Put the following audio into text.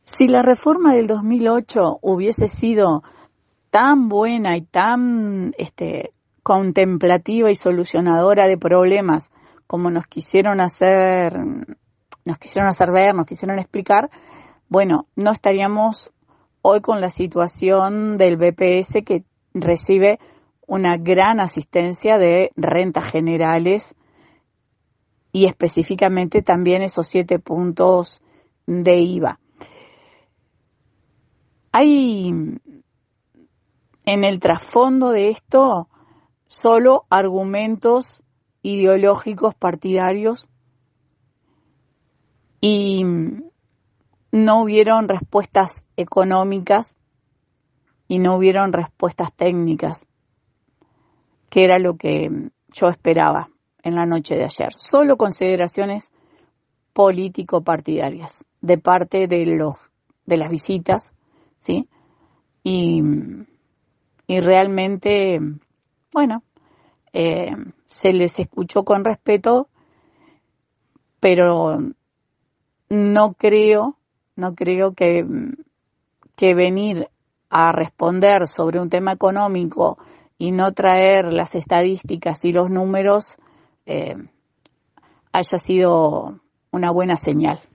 Si la reforma del 2008 hubiese sido tan buena y tan contemplativa y solucionadora de problemas como nos quisieron hacer ver, nos quisieron explicar, bueno, no estaríamos hoy con la situación del BPS, que recibe una gran asistencia de rentas generales y específicamente también esos 7 puntos de IVA. Hay en el trasfondo de esto solo argumentos ideológicos partidarios y no hubieron respuestas económicas y no hubieron respuestas técnicas, que era lo que yo esperaba en la noche de ayer. Solo consideraciones político-partidarias de parte de las visitas, ¿sí? Y realmente, bueno, se les escuchó con respeto, pero no creo que venir a responder sobre un tema económico y no traer las estadísticas y los números haya sido una buena señal.